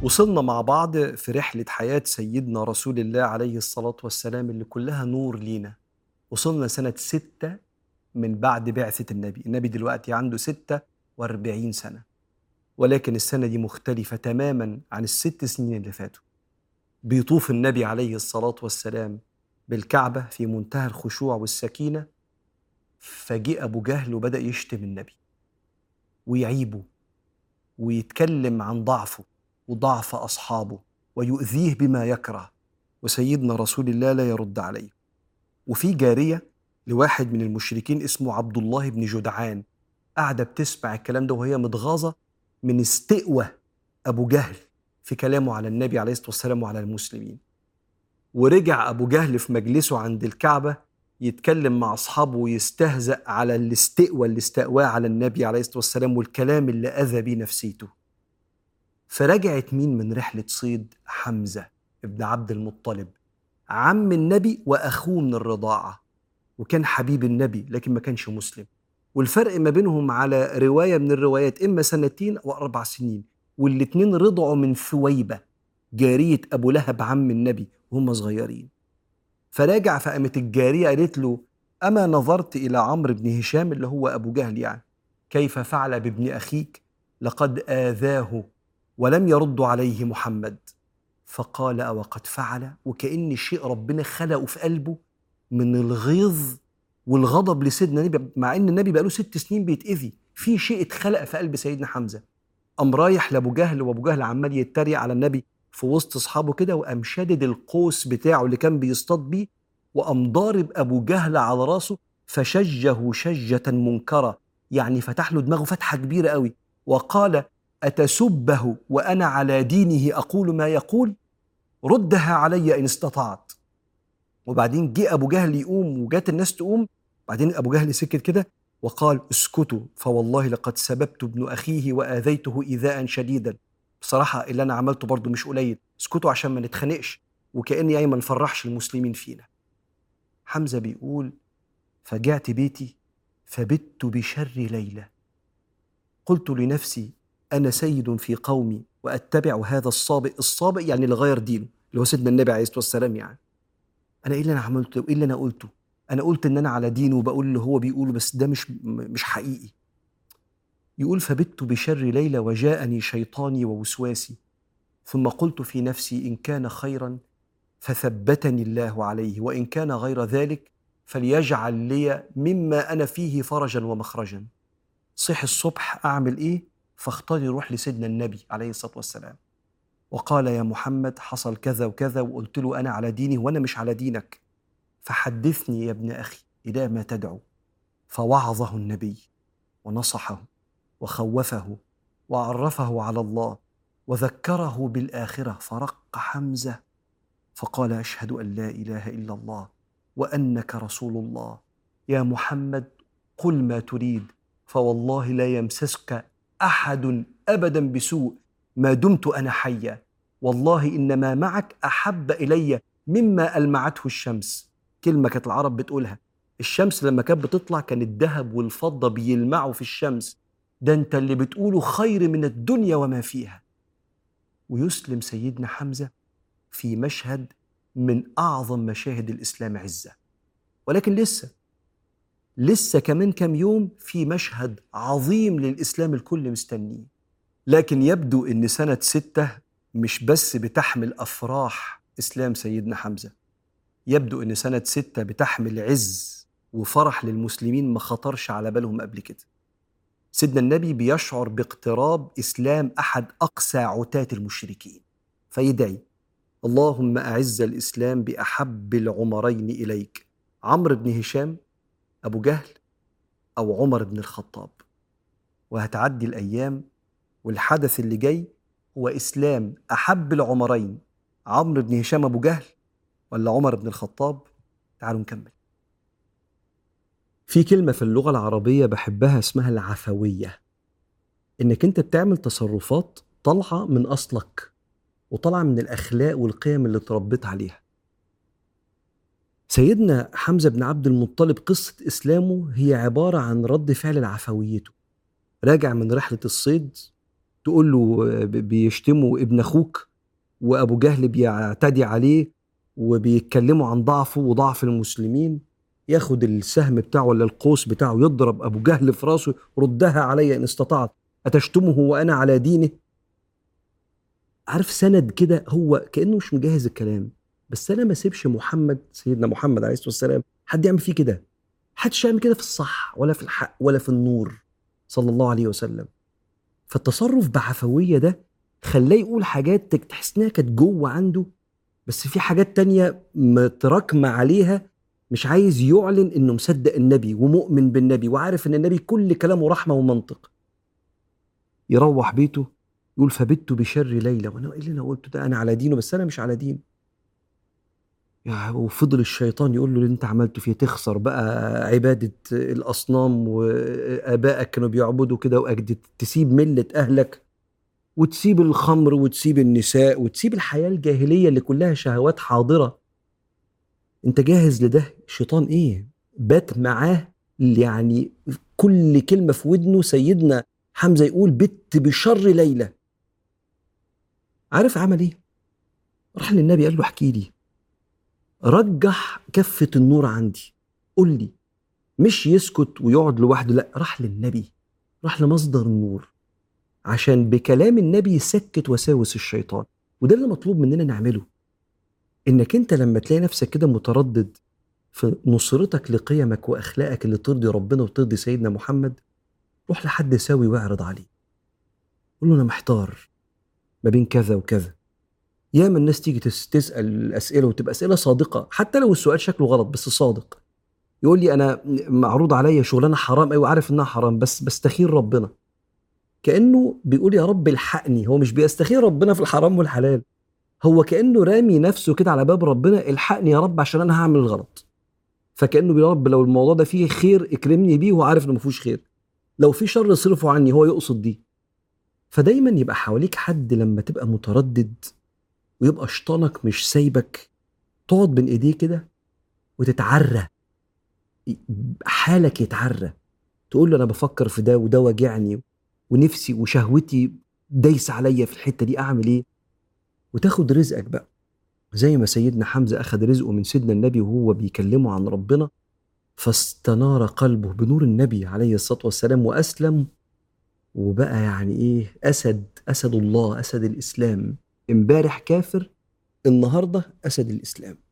وصلنا مع بعض في رحلة حياة سيدنا رسول الله عليه الصلاة والسلام اللي كلها نور لينا. وصلنا سنة 6 من بعد بعثة النبي دلوقتي عنده 46 سنة، ولكن السنة دي مختلفة تماما عن ال6 سنين اللي فاتوا. بيطوف النبي عليه الصلاة والسلام بالكعبة في منتهى الخشوع والسكينة، فجاء أبو جهل وبدأ يشتم النبي ويعيبه ويتكلم عن ضعفه وضعف أصحابه ويؤذيه بما يكره، وسيدنا رسول الله لا يرد عليه. وفي جارية لواحد من المشركين اسمه عبد الله بن جدعان قاعدة بتسمع الكلام ده وهي متغاظة من استقوى أبو جهل في كلامه على النبي عليه الصلاة والسلام وعلى المسلمين. ورجع أبو جهل في مجلسه عند الكعبة يتكلم مع أصحابه ويستهزأ على الاستقوى اللي استقواه على النبي عليه الصلاة والسلام والكلام اللي أذى بيه نفسيته. فرجعت مين من رحلة صيد؟ حمزة ابن عبد المطلب، عم النبي وأخوه من الرضاعة، وكان حبيب النبي لكن ما كانش مسلم. والفرق ما بينهم على رواية من الروايات إما 2 أو 4 سنين، والاتنين رضعوا من ثويبة جارية أبو لهب عم النبي وهم صغيرين. فراجع فقامت الجارية قالت له: أما نظرت إلى عمرو بن هشام اللي هو أبو جهل يعني كيف فعل بابن أخيك؟ لقد آذاه ولم يرد عليه محمد. فقال: أو قد فعل؟ وكأن شيء ربنا خلقه في قلبه من الغيظ والغضب لسيدنا النبي، مع ان النبي بقاله 6 سنين بيتأذي، في شيء اتخلق في قلب سيدنا حمزة. قام رايح لأبو جهل، وأبو جهل عمال يتريق على النبي في وسط أصحابه كده، وقام شادد القوس بتاعه اللي كان بيصطاد بيه، وقام ضارب أبو جهل على راسه فشجه شجة منكرة، يعني فتح له دماغه فتحة كبيرة قوي، وقال: أتسبه وأنا على دينه أقول ما يقول؟ ردها علي إن استطعت. وبعدين جه أبو جهل يقوم وجات الناس تقوم، بعدين أبو جهل سكت كده وقال: اسكتوا فوالله لقد سببت ابن أخيه وآذيته إيذاء شديدا. بصراحة اللي أنا عملته برضو مش قليل، اسكتوا عشان ما نتخانقش وكأني يعني ما نفرحش المسلمين فينا. حمزة بيقول: فجعت بيتي فبت بشر ليلة، قلت لنفسي أنا سيد في قومي وأتبع هذا الصابئ يعني اللي غير دينه اللي هو سيدنا النبي عليه الصلاة والسلام. يعني انا ايه اللي انا عملته؟ ايه اللي انا قلته؟ انا قلت ان انا على دينه وبقول اللي هو بيقوله، بس ده مش حقيقي. يقول: فبت بشر ليلة وجاءني شيطاني ووسواسي، ثم قلت في نفسي إن كان خيرا فثبتني الله عليه، وإن كان غير ذلك فليجعل لي مما أنا فيه فرجا ومخرجا. صح الصبح أعمل إيه؟ فاختار يروح لسيدنا النبي عليه الصلاة والسلام وقال: يا محمد حصل كذا وكذا، وقلت له أنا على ديني وأنا مش على دينك، فحدثني يا ابن أخي إلى ما تدعو. فوعظه النبي ونصحه وخوفه وعرفه على الله وذكره بالآخرة، فرق حمزة فقال: أشهد أن لا إله إلا الله وأنك رسول الله. يا محمد قل ما تريد، فوالله لا يمسسك أحد أبدا بسوء ما دمت أنا حيا، والله إنما معك أحب إلي مما ألمعته الشمس. كلمة كانت العرب بتقولها، الشمس لما كانت بتطلع كان الذهب والفضة بيلمعوا في الشمس، ده انت اللي بتقوله خير من الدنيا وما فيها. ويسلم سيدنا حمزة في مشهد من أعظم مشاهد الإسلام عزة. ولكن لسه كمان كام يوم في مشهد عظيم للإسلام الكل مستنيه. لكن يبدو أن سنة 6 مش بس بتحمل أفراح إسلام سيدنا حمزة، يبدو أن سنة 6 بتحمل عز وفرح للمسلمين ما خطرش على بالهم قبل كده. سيدنا النبي بيشعر باقتراب إسلام أحد أقسى عتاة المشركين، فيدعي: اللهم أعز الإسلام بأحب العمرين إليك، عمرو بن هشام أبو جهل أو عمر بن الخطاب. وهتعدي الأيام والحدث اللي جاي هو إسلام أحب العمرين، عمرو بن هشام أبو جهل ولا عمر بن الخطاب؟ تعالوا نكمل. في كلمة في اللغة العربية بحبها اسمها العفوية، إنك أنت بتعمل تصرفات طالعة من أصلك وطالعة من الأخلاق والقيم اللي اتربيت عليها. سيدنا حمزة بن عبد المطلب قصة إسلامه هي عبارة عن رد فعل لعفويته. راجع من رحلة الصيد تقول له بيشتموا ابن اخوك، وابو جهل بيعتدي عليه وبيتكلموا عن ضعفه وضعف المسلمين، ياخد السهم بتاعه ولا القوس بتاعه يضرب ابو جهل في راسه، ردها علي ان استطعت، اتشتمه وانا على دينه. عارف سند كده، هو كانه مش مجهز الكلام. بس انا ما سيبش محمد سيدنا محمد عليه الصلاه والسلام حد يعمل فيه كده. محدش يعمل كده في الصح ولا في الحق ولا في النور صلى الله عليه وسلم. فالتصرف بعفويه ده خلاه يقول حاجات تحس انها كانت جوه عنده، بس في حاجات تانية متراكمة عليها. مش عايز يعلن انه مصدق النبي ومؤمن بالنبي وعارف ان النبي كل كلامه رحمة ومنطق. يروح بيته يقول فبت بشر ليلى، وانا ايه اللي انا قلته ده؟ انا على دينه بس انا مش على دينه. يعني وفضل الشيطان يقول له اللي انت عملته فيه تخسر بقى عبادة الأصنام، وآبائك كانوا بيعبدوا كده وأجدد، تسيب ملة أهلك وتسيب الخمر وتسيب النساء وتسيب الحياة الجاهلية اللي كلها شهوات حاضرة. انت جاهز لده؟ الشيطان ايه بات معاه. يعني كل كلمة في ودنه سيدنا حمزة يقول بت بشر ليلى. عارف عمل ايه؟ راح للنبي قال له احكي لي، رجح كفة النور عندي، قول لي. مش يسكت ويقعد لوحده، لا، راح للنبي، راح لمصدر النور عشان بكلام النبي يسكت وساوس الشيطان. وده اللي مطلوب مننا نعمله. انك انت لما تلاقي نفسك كده متردد في نصرتك لقيمك واخلاقك اللي ترضي ربنا وترضي سيدنا محمد، روح لحد سوي واعرض عليه، قول له انا محتار ما بين كذا وكذا. ياما الناس تيجي تسال اسئله وتبقى اسئله صادقه، حتى لو السؤال شكله غلط بس صادق. يقول لي انا معروض عليا شغلانه حرام، ايوه عارف انها حرام بس بستخير ربنا. كانه بيقول يا رب الحقني، هو مش بيستخير ربنا في الحرام والحلال، هو كانه رامي نفسه كده على باب ربنا، الحقني يا رب عشان انا هعمل الغلط. فكانه بيقول يا رب لو الموضوع ده فيه خير اكرمني بيه، وهو عارف انه ما فيهوش خير. لو في شر اصرفه عني، هو يقصد دي. فدايما يبقى حواليك حد لما تبقى متردد ويبقى شيطانك مش سايبك، تقعد بين ايديه كده وتتعرى، حالك يتعرى، تقول له انا بفكر في ده وده واجعني ونفسي وشهوتي دايس عليا في الحته دي، اعمل ايه؟ وتاخد رزقك بقى زي ما سيدنا حمزه اخذ رزقه من سيدنا النبي وهو بيكلمه عن ربنا، فاستنار قلبه بنور النبي عليه الصلاه والسلام واسلم. وبقى يعني ايه، اسد، اسد الله، اسد الاسلام. امبارح كافر، النهارده اسد الاسلام.